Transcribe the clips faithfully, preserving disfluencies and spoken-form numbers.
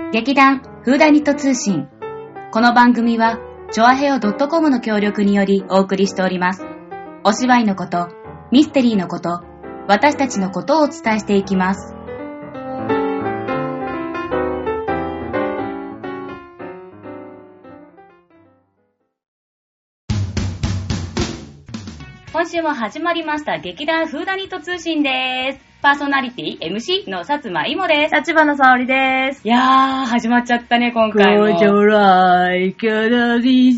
劇団フーダニット通信。この番組はチョアヘオ .com の協力によりお送りしております。お芝居のこと、ミステリーのこと、私たちのことをお伝えしていきます。今週も始まりました劇団フーダニット通信です。パーソナリティ エムシー の薩摩いもです。 立花沙織です。 いやー始まっちゃったね今回も。 Close your eyes, can I see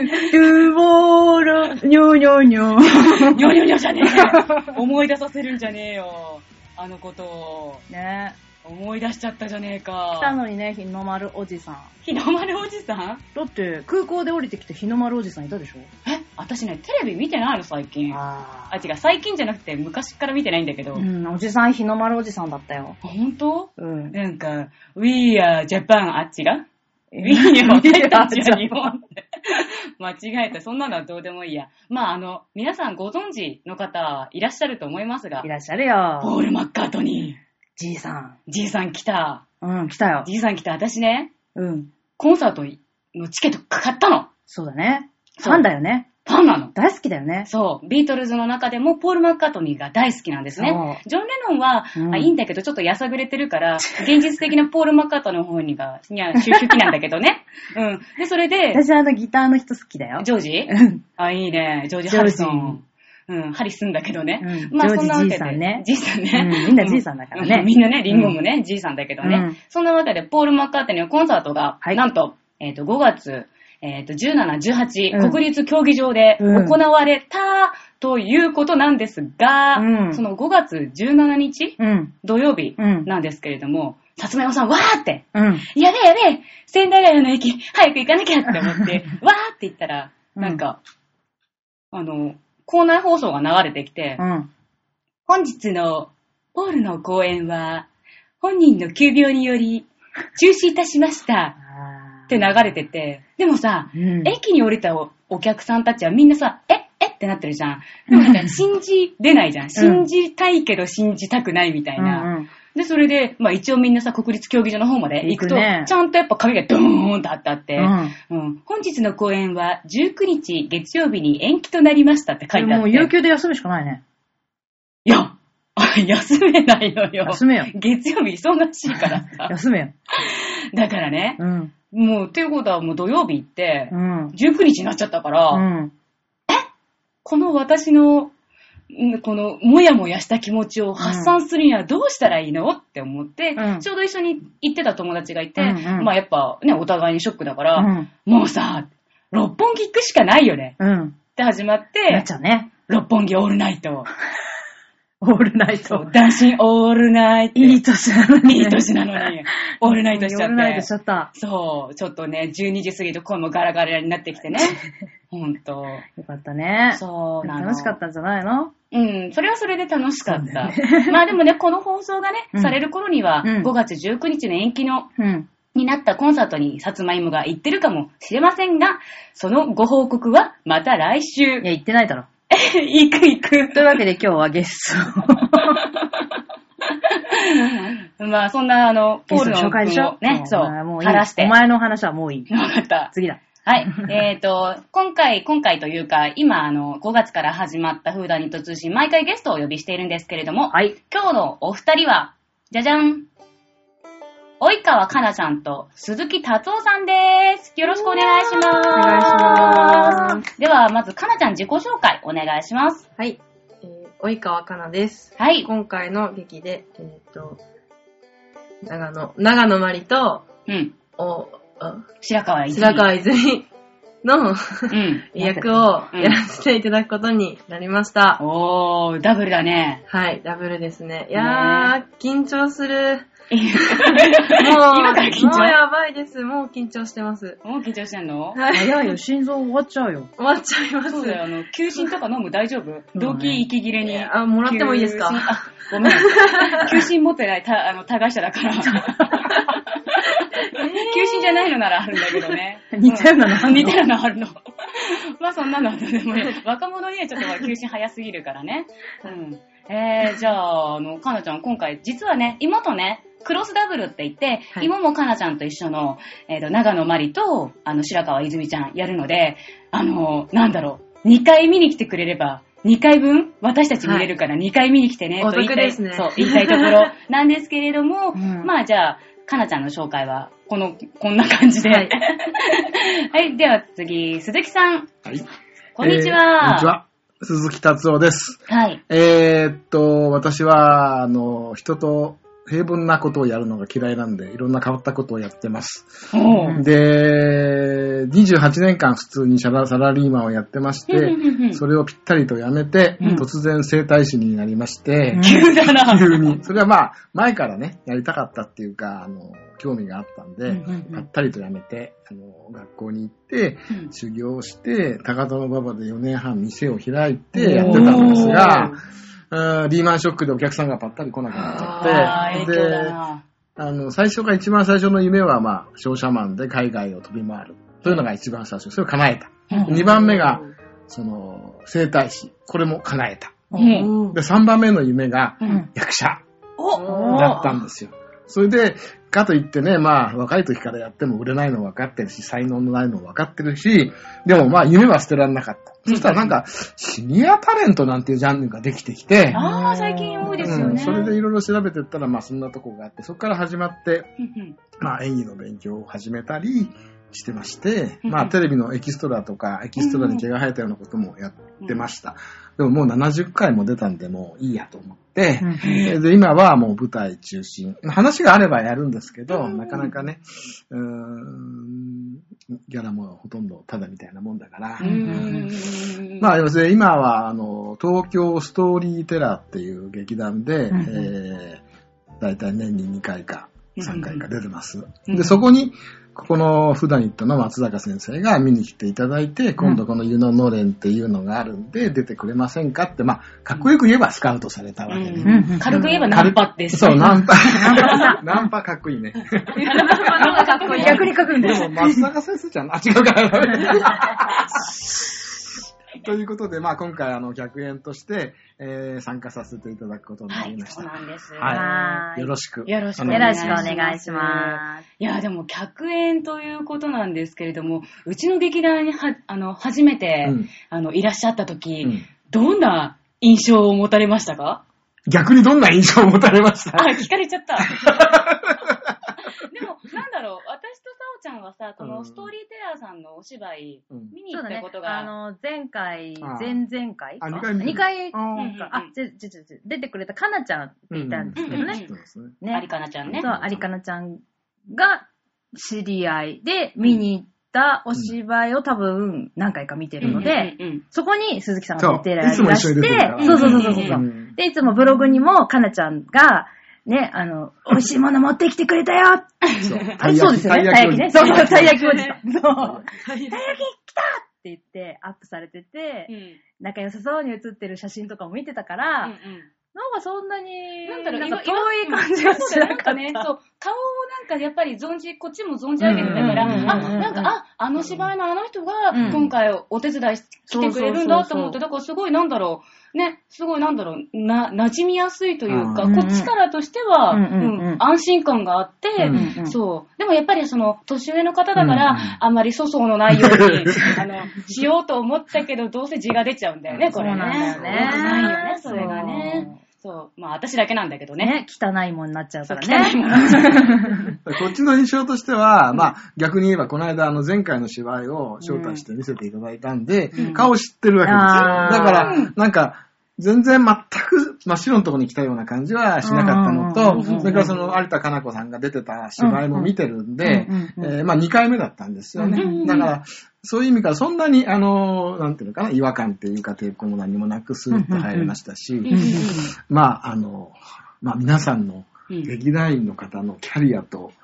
you tomorrow? にょにょにょ。 にょにょにょじゃねえ。思い出させるんじゃねえよ。あのことを。 ね思い出しちゃったじゃねえか。 来たのにね、日の丸おじさん。 日の丸おじさん？ だって空港で降りてきて日の丸おじさんいたでしょ？ え、私ねテレビ見てないの最近。 ああ、違う、最近じゃなくて昔から見てないんだけど。 うん、おじさん日の丸おじさんだったよ。 あ、本当？ うん。 なんか We are Japan あっちが We are 私たちは日本って間違えた。そんなのはどうでもいいや。まああの皆さんご存知の方いらっしゃると思いますが。 いらっしゃるよ。 ポール・マッカートニー。 じいさん。 じいさん来た。 うん、来たよ。 じいさん来た。私ね、 うん。 コンサートのチケット買ったの。 そうだね。ファンだよね。 ファンなの。 大好きだよね。 そう。ビートルズの中でもポール・マッカートニーが大好きなんですね。ジョン・レノンは、うん、あいいんだけどちょっとやさぐれてるから、現実的なポール・マッカートニーの方にが、いや、好きなんだけどね。うん。で、それで。 私はあのギターの人好きだよ。 ジョージ？ うん。 あ、いいね。ジョージ・ハリソン。うん、ハリスんだけどね。 うん、まあ、そんなわけで。じいさんね。 じいさんね。 うん、みんなじいさんだからね。 うん、みんなね、リンゴもね、うん、じいさんだけどね。うん、そんなわけで、ポール・マッカートニーのコンサートが、はい、なんと、えっと、ごがつ、えっと、じゅうしち、じゅうはち、うん、国立競技場で行われたということなんですが、うん、そのごがつじゅうしちにち、うん、土曜日なんですけれども、さつまいもさん、わーって、うん、やべえやべえ、仙台ヶ谷の駅、早く行かなきゃって思って、わーって言ったら、なんか、うん、あの、校内放送が流れてきて、うん、本日のポールの公演は本人の急病により中止いたしましたって流れてて、でもさ、うん、駅に降りた お, お客さんたちはみんなさ、ええってなってるじゃん。でもなんか信じれないじゃん。信じたいけど信じたくないみたいな。うんうん、で、それで、まあ一応みんなさ、国立競技場の方まで行くと、ね、ちゃんとやっぱ紙がドーンとあってあって、うんうん、本日の公演はじゅうくにち月曜日に延期となりましたって書いてあって。 もう有給で休むしかないね。 いや、休めないのよ。 休めよ。 月曜日忙しいからさ。 休めよ。だからね、うん、もう、っていうことはもう土曜日行って、うん、じゅうくにちになっちゃったから、うん、えこの私の、このもやもやした気持ちを発散するにはどうしたらいいのって思って、うん、ちょうど一緒に行ってた友達がいて、うんうん、まあやっぱねお互いにショックだから、うん、もうさ六本木行くしかないよね、うん、って始まってなっちゃうね。 六本木オールナイトオールナイトダンシンオールナイトいい年なのにいい年なのにオールナイトしちゃって、オールナイトしちゃった。 そうちょっとねじゅうにじ過ぎて声もガラガラになってきてねほんとよかったね。 そうなの。 楽しかったんじゃないの？ うん、それはそれで楽しかった。ね、まあでもね、この放送がね、うん、される頃には、うん、ごがつじゅうくにちの延期の、うん、になったコンサートにさつまいもが行ってるかもしれませんが、そのご報告はまた来週。 いや、行ってないだろ。 行く行く。 というわけで今日はゲスト。まあそんなあの、ポールの紹介でしょね、そう、 もういい。話して。お前の話はもういい。 わかった。 次だ。 はい。えっと、今回、今回というか、今、あの、ごがつから始まったフーダニット通信、毎回ゲストをお呼びしているんですけれども、はい。今日のお二人は、じゃじゃん。及川かなちゃんと鈴木達夫さんです。よろしくお願いします。お願いします。 では、まず、かなちゃん自己紹介お願いします。 はい。えー、及川かなです。 はい。 今回の劇で、えっ、ー、と、長野、長野まりと、 うん。 お、 白川泉。 白川泉の、うん、役をやらせていただくことになりました。 うん、おー、ダブルだね。 はい、ダブルですね。いやー、ね、緊張する。もう、 今から緊張？ もうやばいです。もう緊張してます。 もう緊張してんの？ はい。早いよ、心臓終わっちゃうよ。 終わっちゃいます。 そうだよ、あの、休診とか飲む大丈夫？動機息切れに。 あ、もらってもいいですか？ あ、ごめん。休診持ってない、た、あの、他会者だから。休診じゃないのならあるんだけどね。 似たようなのあるの？ 似たようなのあるの。まあそんなのはでもね、若者にはちょっと休診早すぎるからね。うん。えー、じゃあ、あの、かなちゃん今回、実はね、妹ね、 クロスダブルって言って、 はい、 今もかなちゃんと一緒の、えっ、ー、と、長野まりと、あの、白川泉ちゃんやるので、あの、なんだろう、にかい見に来てくれれば、にかいぶん私たち見れるからにかい見に来てね、 はい、 と言いたい、 お得ですね、 そう、言いたいところなんですけれども、 うん、 まあじゃあ、かなちゃんの紹介は、この、こんな感じで。はい。はい、では次、鈴木さん。 はい。 こんにちは。 えー、こんにちは。鈴木達夫です。 はい。 えー、っと、私は、あの、人と平凡なことをやるのが嫌いなんで、いろんな変わったことをやってます。で、にじゅうはちねんかん普通にサラリーマンをやってまして、それをぴったりとやめて、うん、突然整体師になりまして、 急だな。 急に。それはまあ、前からね、やりたかったっていうか、あの、興味があったんで、ぱったりとやめて、あの、学校に行って、うん、修行して、高田馬場でよねんはん店を開いてやってたんですが、リーマンショックでお客さんがぱったり来なくなっちゃって、で、あの、最初が一番最初の夢は、まあ、商社マンで海外を飛び回る。というのが一番最初。それを叶えた。うん、にばんめが、その、整体師。これも叶えた。うん、で、さんばんめの夢が、役者。だったんですよ。それで、かといってね、まあ、若い時からやっても売れないの分かってるし、才能のないの分かってるし、でもまあ、夢は捨てられなかった。そしたらなんか、シニアタレントなんていうジャンルができてきて、 ああ、最近多いですよね。うん、 それでいろいろ調べていったら、まあ、そんなとこがあって、そこから始まって、まあ、演技の勉強を始めたりしてまして、まあ、テレビのエキストラとか、エキストラに毛が生えたようなこともやってました。でももうななじゅっかいも出たんで、もういいやと思って、で、今はもう舞台中心。話があればやるんですけど、なかなかね、うーん、ギャラもほとんどタダみたいなもんだから。まあ、要するに今は、あの、東京ストーリーテラーっていう劇団で、うん、えー、だいたい年ににかいかさんかいか出てます。で、そこに、ここの普段行ったの松坂先生が見に来ていただいて、今度この湯ののれんっていうのがあるんで、出てくれませんかって、まあ、かっこよく言えばスカウトされたわけで、ね。 うん、軽く言えばナンパです。 そう、ナンパ。ナンパかっこいいね。 ナンパかっこいい。 逆に書くんです。 でも松坂先生じゃん。あ、違うから。ということで、まあ今回あの客演として、えー、参加させていただくことになりました。 はい、そうなんです。 はい。よろしく。 よろしくお願いします。いや、でも客演ということなんですけれども、うちの劇団には、あの、初めて、うん、あの、いらっしゃった時、うん、どんな印象を持たれましたか？ 逆にどんな印象を持たれました？ あ、聞かれちゃった。でも、なんだろう、私とさおちゃんはさ、このストーリーテラーさんのお芝居、うん、見に行ったことが、 ね、あの、前回、前々回か、 にかい、 にかい、あ、ちょ、ちょ、ちょ、出てくれたかなちゃんっていたんですけどね。 ね。ありかなちゃんね。 そう、ありかなちゃんが知り合いで見に行ったお芝居を多分何回か見てるので、そこに鈴木さんが出てらっしゃって、そうそうそうそうそう。で、いつもブログにもかなちゃんが、ね、あの、美味しいもの持ってきてくれたよそうそうですよね。たい焼きね。そうそう、たい焼きおじさん。そう。たい焼き来たって言ってアップされてて、うん、仲良さそうに写ってる写真とかも見てたから、うんうん、なんかそんなに、なんだろう、なんか遠い感じがしなかったね。 そう、顔をなんかやっぱり存じ、こっちも存じ上げてたから、あ、なんか、あ、あの芝居のあの人が今回お手伝い来てくれるんだと思って、だからすごいなんだろう、ね、すごいなんだろう、な、馴染みやすいというか、うん、こっちからとしては、うんうんうん、安心感があって、うんうん、そう。でもやっぱりその、年上の方だから、うんうん、あんまり粗相のないように、あの、しようと思ったけど、どうせ字が出ちゃうんだよね、これね。そうなんだよね。ないよね、それがね。そう。まあ、私だけなんだけどね。ね、 汚いもんになっちゃうからね。汚いもんになっちゃう。こっちの印象としては、うん、まあ、逆に言えば、この間、あの、前回の芝居を招待して見せていただいたんで、うん、顔知ってるわけですよ。だから、なんか、全然全く真っ白のところに来たような感じはしなかったのと、それからその有田加奈子さんが出てた芝居も見てるんで、まあにかいめだったんですよね。だから、そういう意味からそんなに、あの、なんていうのかな、違和感っていうか抵抗も何もなくスーッと入れましたし、まあ、あの、まあ皆さんの劇団員の方のキャリアと、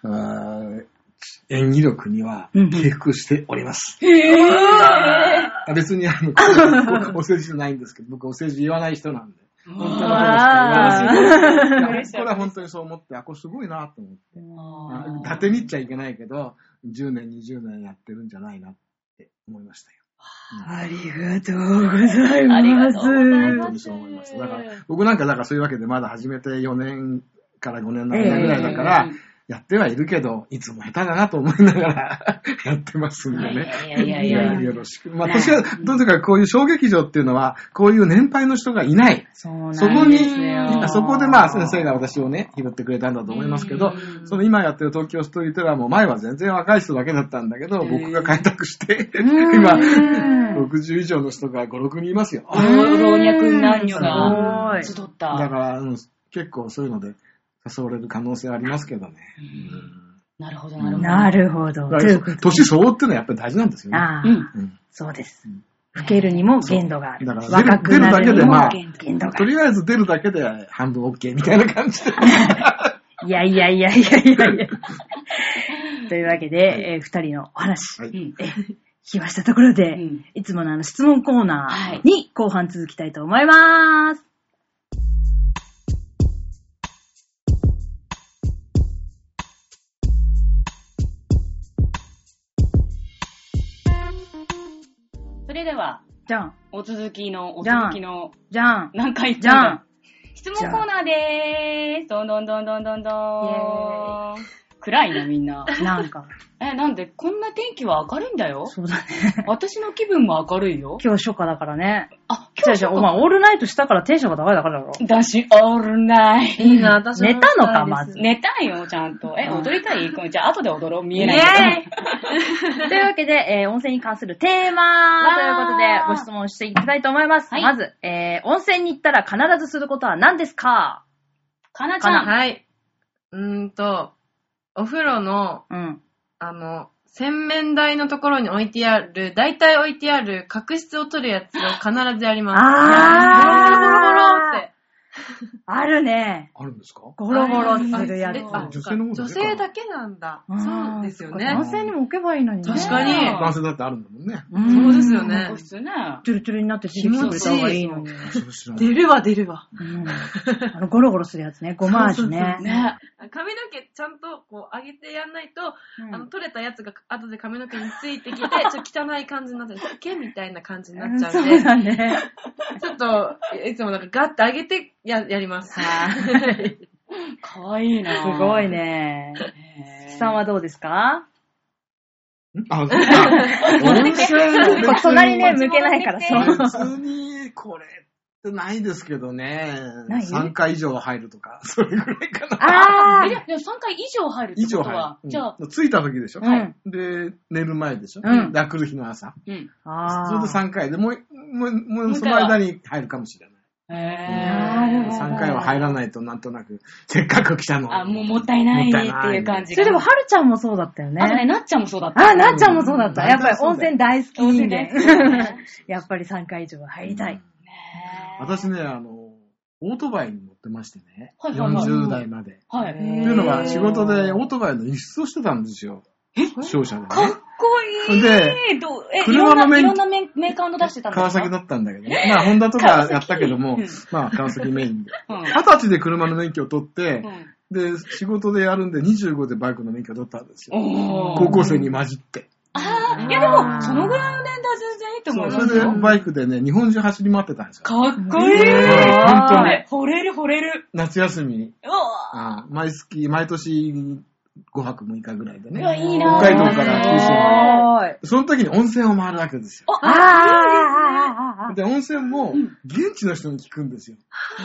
演技力には敬服しております。へー別にあの、お世辞じゃないんですけど、僕お世辞言わない人なんで。本当のことしか言わない。これは本当にそう思って、あ、これすごいなと思って。伊達に言っちゃいけないけど、じゅうねん、にじゅうねんやってるんじゃないなって思いましたよ。 うん、ありがとうございます。 ありがとうございます。 本当にそう思います。だから、僕なんかだからそういうわけでまだ始めてよねんからごねんの間ぐらいだから、えーやってはいるけど、いつも下手だなと思いながらやってますんでね。 いやいやいやいや。 よろしく。まあ、私は、どうとかこういう小劇場っていうのは、こういう年配の人がいない。 そうなんですそこに、 そこでまあ先生が私をね、拾ってくれたんだと思いますけど、その今やってる東京ストーリーテラーも前は全然若い人だけだったんだけど、僕が開拓して、今、ろくじゅう以上の人がご、ろくにんいますよ。 老若男女が集った。 だから、うん、結構そういうので、誘われる可能性はありますけどね。 なるほど、なるほど。 なるほど。 年相応っていうのはやっぱり大事なんですよね。 ああ、うん、そうです。老けるにも限度がある。 だから若くなるにも限度がある。とりあえず出るだけで半分 OK みたいな感じで。 いやいやいやいやいやいや。というわけで、はいえー、二人のお話、はい、え聞きましたところで、うん、いつものあの質問コーナーに後半続きたいと思います。 それでは、 じゃん。 お続きの、お続きの、 じゃん。 何回じゃん。 質問コーナーでーす。どんどんどんどんどんどん。暗いな、みんな。 なんか。 え、なんで、こんな天気は明るいんだよ。 そうだね。 私の気分も明るいよ。 今日初夏だからね。 あ、 今日初夏。お前、オールナイトしたからテンションが高いだからだろ。 だし、オールナイト。 いいな、私寝たのか、まず。 寝たよ、ちゃんと。え、踊りたいじゃあ、後で踊ろう。見えないけど。というわけで、えー、温泉に関するテーマということで、ご質問していきたいと思います。はい、まず、えー、温泉に行ったら必ずすることは何ですか？ かなちゃん。 はい。うーんと、お風呂の、 うん、 あの、洗面台のところに置いてある、だいたい置いてある角質を取るやつを必ずやります。 あー。 ゴロゴロゴロって。 あるね。 あるんですか？ ゴロゴロするやつ。 あ、女性の方女性だけなんだ。そうですよね。 男性にも置けばいいのにね。 確かに。 男性だってあるんだもんね。 そうですよね。 角質ね。 トゥルトゥルになって気持ちいい。いいのに。 出るわ、出るわ。 あの、ゴロゴロするやつね。ゴマージュね。 ね。髪の毛ちゃんとこう上げてやんないと、あの、取れたやつが後で髪の毛についてきて、ちょっと汚い感じになっちゃう。毛みたいな感じになっちゃうんで。 そうだね。 ちょっと、いつもなんかガッて上げてや、やります。 かわいいなすごいね。さんはどうですか？ あ、そうか。温泉隣ね、向けないから、そう。 別に、これってないですけどね。さんかい以上入るとか、それぐらいかな。 ああ。 え、でもさんかい以上入るってことは、じゃあ。 着いた時でしょ？ はい。 で、寝る前でしょ？ うん。 で、来る日の朝。 うん。 ああ。 それでさんかいで、もう、もう、もうその間に入るかもしれない。 へぇー。さんかいは入らないとなんとなく、せっかく来たの。 あ、もうもったいないっていう感じが。 それでも、はるちゃんもそうだったよね。 あとね、なっちゃんもそうだった。 あ、なっちゃんもそうだった。やっぱり温泉大好き人間。やっぱりさんかい以上は入りたい。 私ね、あの、オートバイに乗ってましてね。 はいはいはい。 よんじゅう代まで。 はい。 っていうのは、仕事でオートバイの輸出をしてたんですよ。商社でね。 かっこいい。 で、 え、車の免許。いろんなメーカーの出してたんですか？ 川崎だったんだけどね。まあ、ホンダとかやったけども、まあ、川崎メインで。二十歳で車の免許を取って、で、仕事でやるんでにじゅうごでバイクの免許を取ったんですよ。高校生に混じって。 ああ、いやでも、そのぐらいの年代は全然いいと思いますよ。 それでバイクでね、日本中走り回ってたんですよ。 かっこいい。 本当に。 惚れる惚れる。 夏休みに。 うわ毎月、毎年、ごはくむいかぐらいでね。 いいな北海道から九州まで。 その時に温泉を回るわけですよ。 ああで、温泉も、現地の人に聞くんですよ。 うん、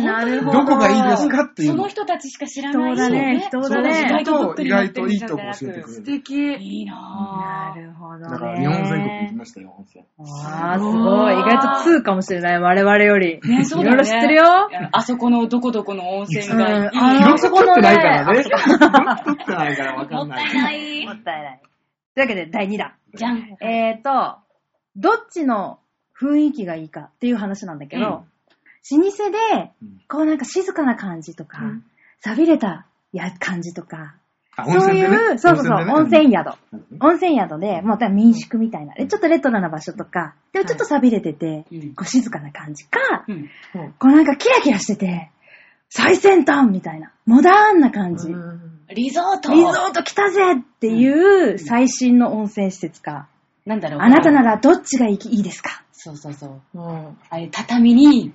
なるほど。 どこがいいですかっていう。 その人たちしか知らない。 人だね、人だね。 と意外といいとこ教えてくれる。 素敵。 いいななるほどね。 だから日本全国行きましたよ、温泉。 ああ、すごい。意外と通かもしれない、我々より。 ね、そうだね。 いろいろ知ってるよ。 あそこのどこどこの温泉がいい。 広く取ってないからね。広く取ってないからわかんない。 もったいない。 もったいない。というわけで、だいにだん。 じゃん。 えーと、どっちの雰囲気がいいかっていう話なんだけど、老舗で、こうなんか静かな感じとか、寂れたや感じとか、そういう、そうそうそう、温泉宿。温泉宿で、もう民宿みたいな、ちょっとレトロな場所とか、でもちょっと寂れてて、こう静かな感じか、こうなんかキラキラしてて、最先端みたいな、モダーンな感じ。 リゾートリゾート来たぜっていう最新の温泉施設か。 なんだろう。 あなたならどっちがいいですか？ そうそうそう。ああいう畳に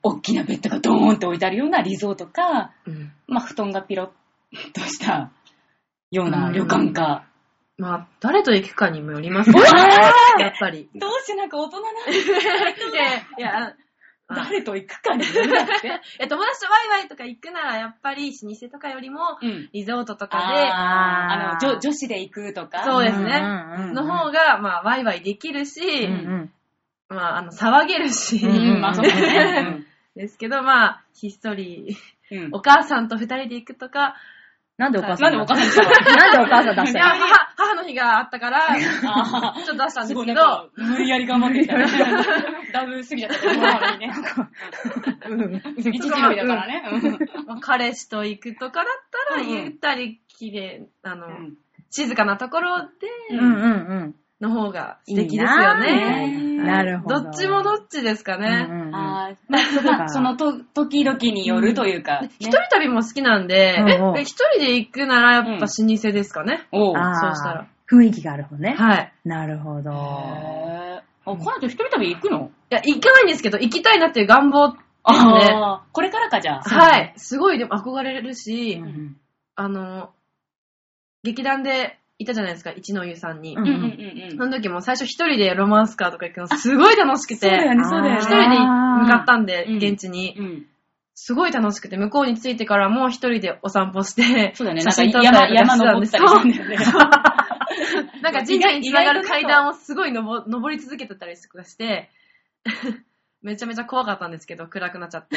大きなベッドがドーンって置いてあるようなリゾートか、 うん、 まあ布団がピロッとしたような旅館か。 うん、まあ、誰と行くかにもよりますね。やっぱり。 どうしてなんか大人なんですかいやいや、 誰と行くかによるだって。 友達とワイワイとか行くなら、やっぱり老舗とかよりも、リゾートとかで、 ああの、女子で行くとか。 そうですね。の方が、まあ、ワイワイできるし、うんうんまあ、あの、騒げるし、うん、まあ、そうですね。ですけど、まあ、ひっそり、うん、お母さんと二人で行くとか、 なんでお母さんなんでお母さん出したのなんでお母さん出したのいや、母、母の日があったから、ちょっと出したんですけど、 無理やり頑張ってきたね。だぶ過ぎちゃったけど、母の日ね。一日の日だからね。 彼氏と行くとかだったら、ゆったり綺麗、あの、静かなところで、うんうんうんの方が素敵ですよね。 なるほど。 どっちもどっちですかね。うんうん、 あまあ、そのと時々によるというか。 一、うんね、人旅も好きなんで、一、うん、人で行くならやっぱ老舗ですかね。 うん、そうしたら。雰囲気がある方ね。 はい。 なるほど。 へー。あ、この後一人旅行くの？ いや、行かないんですけど、行きたいなっていう願望ですね。 あこれからかじゃあ。 はい。すごいでも憧れるし、うん、あの、劇団で、いたじゃないですか、一の湯さんに。うんうんうん、その時も最初一人でロマンスカーとか行くのすごい楽しくて。そうだよね、そうだよね。 一人で向かったんで、現地に、うん。すごい楽しくて、向こうに着いてからも一人でお散歩して、 そうだね、なんか山、山登ったりしたんだよね。 なんか神社に繋がる階段をすごい登登り続けてたりとかして、めちゃめちゃ怖かったんですけど、暗くなっちゃって。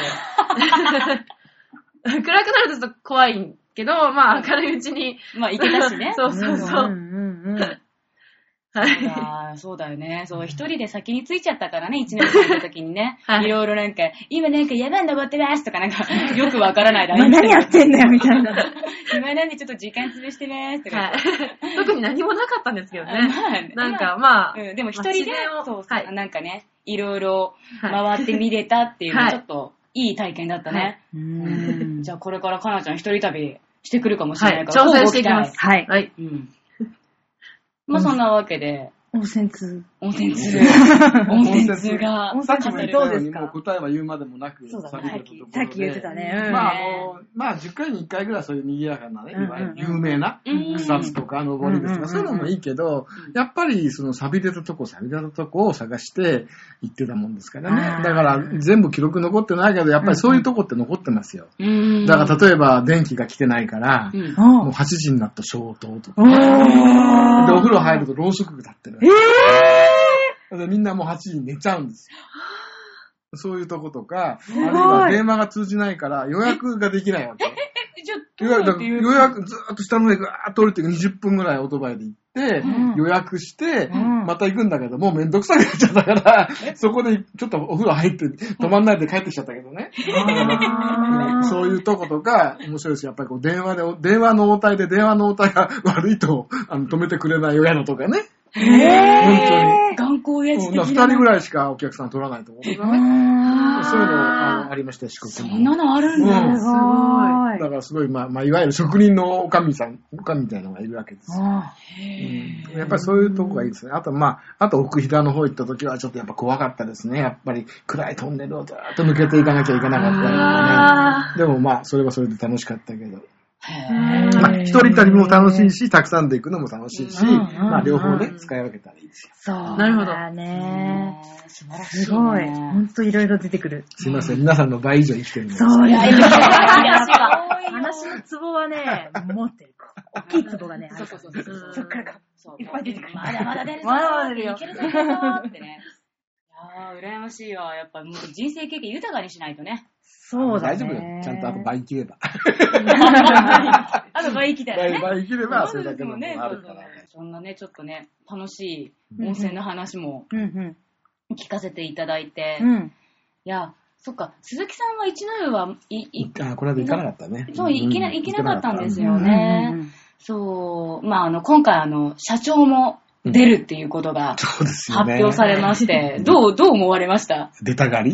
暗くなるとちょっと怖いけど、まあ明るいうちに。 まあ行けたしね。 そうそうそう。うんうんうん、はい。そうだよね。そう、一人で先に着いちゃったからね、一年生の時にね。はい。いろいろなんか、今なんか山登ってますとかなんか、よくわからないだろ。何やってんだよ、みたいな。 今なんでちょっと時間潰してますとか。はい。 特に何もなかったんですけどね。まあ、なんかまあ、 うん、でも一人で、そうそう、はい、なんかね、いろいろ回ってみれたっていうのはちょっと、はいいい体験だったね。はい、うんじゃあこれからかなちゃん一人旅してくるかもしれないから、 はい、挑戦していきます。 はい。 はい。 うん、まあそんなわけで。 温泉通。 温泉通。温泉通が。 温泉通どうですか？もう答えは言うまでもなく。 そうだね。さっき言ってたね。 まああの、まあじゅっかいにいっかいぐらいそういう賑やかなね、いわゆる有名な草津とか登りですとか、そういうのもいいけど、やっぱりその錆びれたとこ、錆びれたとこを探して行ってたもんですからね。だから全部記録残ってないけど、やっぱりそういうとこって残ってますよ。だから例えば電気が来てないから、もうはちじになった消灯とか。で、お風呂入るとろうそくが立ってる。えー、でみんなもうはちじに寝ちゃうんですよ。そういうとことか、あるいは電話が通じないから予約ができないわけ。予約、予約ずーっと下の上ガーッと降りてにじゅっぷんぐらいオートバイで行って、うん、予約して、うん、また行くんだけど、もうめんどくさくなっちゃったから、そこでちょっとお風呂入って泊まんないで帰ってきちゃったけどね。そういうとことか、面白いです。やっぱりこう電話で、電話の応対で電話の応対が悪いとあの止めてくれない親のとかね。 へぇー。本当に。頑固親父的な。 二人ぐらいしかお客さん取らないと思うけどね。そういうの あ, のありましたよ、四国に。そんなのあるんだ、うん、すごい。だからすごい、まあ、まあ、いわゆる職人のおかみさん、おかみみたいなのがいるわけですよ。うん、やっぱりそういうとこがいいですね。あと、まあ、あと奥飛騨の方行った時はちょっとやっぱ怖かったですね。やっぱり暗いトンネルをずーっと抜けていかなきゃいけなかったりとかね。でもまあ、それはそれで楽しかったけど。まあ、一人旅も楽しいし、たくさんで行くのも楽しいし、まあ、両方ね、使い分けたらいいですよ。 そう。なるほど。ね。素晴らしい。すごい。ほんといろいろ出てくる。 すいません、皆さんの倍以上生きてるので。 そうや。話のツボはね、持ってる。大きいツボがね、ある。そうそうそう。そっからか。いっぱい出てくる。 まだまだ出るぞ。まだまだ出るよ。いけるぞってね。いやー、羨ましいわ。やっぱもう人生経験豊かにしないとね。 そうだね。 大丈夫よ。ちゃんとあと倍生きれば。 あと倍生きたらね。 倍生きれば、それだけのものあるから。 そんなね、ちょっとね、楽しい温泉の話も聞かせていただいて。うんうん、いや、そっか、鈴木さんは一の湯は、い、い、 あ、これで行かなかったね。 そう、行けな、行けなかったんですよね。そう、まあ、あの、今回あの、社長も、出るっていうことが発表されまして、うん、どう、どう思われました？ 出たがり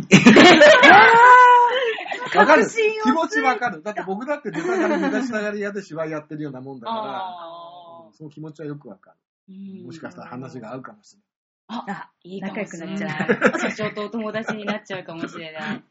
わかる。気持ちわかる。だって僕だって出たがり、目立ちたがり屋で芝居やってるようなもんだから、その気持ちはよくわかる。もしかしたら話が合うかもしれない。 あ、いいかもしれない。仲良くなっちゃう。社長とお友達になっちゃうかもしれない。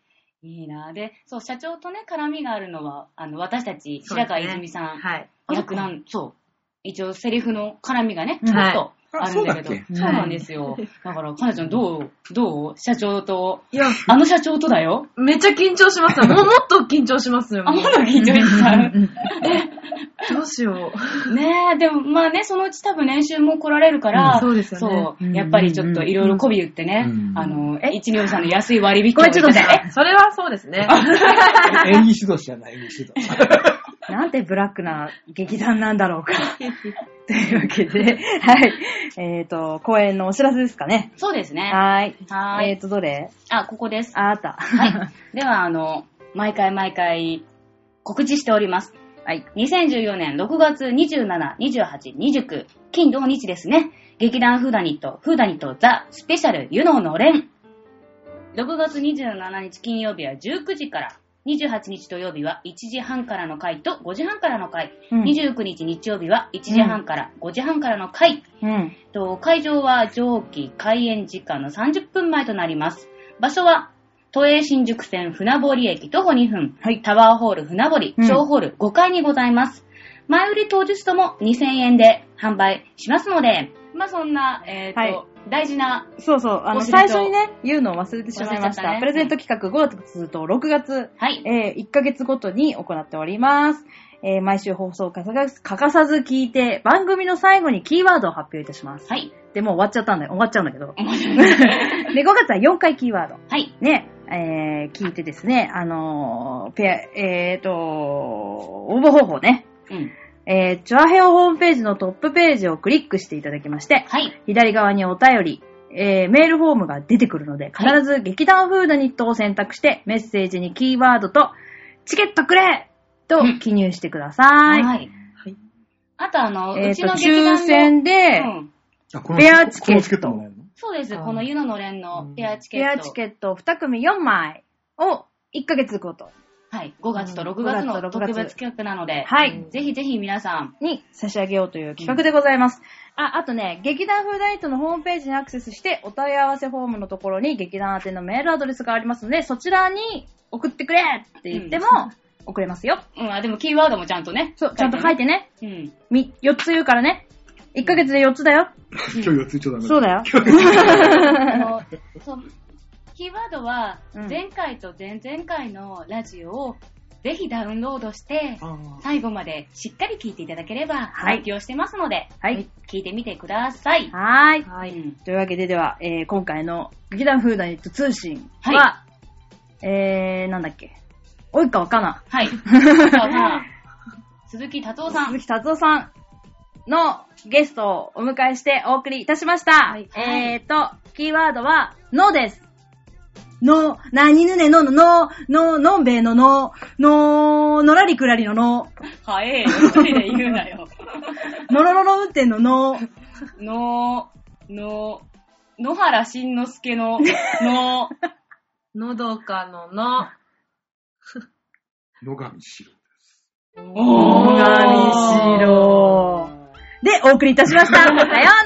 いいな。で、そう、社長とね、絡みがあるのは、あの、私たち、白川泉さん、はい、役なん、そう。一応、セリフの絡みがね、ちょっとあるんだけど。はい、そうなんですよ。だから、かなちゃん、どうどう社長と。いや、あの社長とだよ。 めっちゃ緊張しますよ。もうもっと緊張しますよ。 あ、もっと緊張しちゃう。 どうしよう。ねえ、でもまあね、そのうち多分練習も来られるから、 うん、そうですよね。 そう。やっぱりちょっといろいろ媚び打ってね、うん、あの、え、一二さんの安い割引を言ってね。それはそうですね。 演技指導じゃない、演技指導。 なんてブラックな劇団なんだろうか。というわけで、はい。えっ、ー、と、公演のお知らせですかね。 そうですね。 はい。はい。えっ、ー、と、どれ？ あ、ここです。 あ、あった。 はい。では、あの、毎回毎回告知しております。はい。にせんじゅうよねんろくがつにじゅうしち、にじゅうはち、にじゅうきゅう、金土日ですね。劇団フーダニット、フーダニットザ・スペシャル湯ののれん。ろくがつにじゅうしちにち金曜日はじゅうくじから、にじゅうはちにち土曜日はいちじはんからの回とごじはんからの回、うん、にじゅうくにち日曜日はいちじはんからごじはんからの回、うん、と会場は上記開演時間のさんじゅっぷんまえとなります。場所は都営新宿線船堀駅徒歩にふん、はい、タワーホール船堀小ホールごかいにございます。前売り当日ともにせんえんで販売しますので、まあそんな、えっ、ー、と、はい、大事な。 そうそう、あの、最初にね、言うのを忘れてしまいました。ね、プレゼント企画ごがつとろくがつ、はい、えー、いっかげつごとに行っております。えー、毎週放送を欠かさず聞いて、番組の最後にキーワードを発表いたします。はい。で、もう終わっちゃったんだよ。終わっちゃうんだけど。で、ごがつはよんかいキーワード。はい。ね、えー、聞いてですね、あのー、ペア、えーと、応募方法ね。うん。えー、チョアヘオホームページのトップページをクリックしていただきまして、はい。左側にお便り、えー、メールフォームが出てくるので、必ず劇団フーダニットを選択して、メッセージにキーワードと、チケットくれと記入してください。うん、はい。はい。 あとあの、 えー、 うちの劇団の抽選で、うん、ペアチケット。 そうです。この湯ののれんのペアチケット。 ペアチケットに組よんまいをいっかげつごと。 はい。ごがつとろくがつの特別企画なので、はい。ぜひぜひ皆さんに差し上げようという企画でございます。うん、あ、あとね、劇団フーダニットのホームページにアクセスして、お問い合わせフォームのところに劇団宛てのメールアドレスがありますので、そちらに送ってくれって言っても、送れますよ。 うん、あ、でもキーワードもちゃんとね。 そう、ちゃんと書いてね。うん。み、よっつ言うからね。いっかげつでよっつだよ。 今日よっつ言っちゃダメだ。 そうだよ。 あのそうキーワードは、前回と前々回のラジオをぜひダウンロードして、最後までしっかり聞いていただければ発表してますので、はい、聞いてみてください。 はい。はい。というわけででは、えー、今回の劇団フーダニット通信は、はい、えー、なんだっけ。及川かな。はい。 鈴木達夫さん。 鈴木達夫さんのゲストをお迎えしてお送りいたしました。はい、えーと、キーワードは、のです。の、なにぬねののの、の、のんべえのの、の、のらりくらりのの。 はええよ、一人で言うなよ。 のろろろ運転のの。 の、の、野原しんのすけの、の、 のどかのの。 野上しろです。 野上しろ。で、お送りいたしました。さようなら。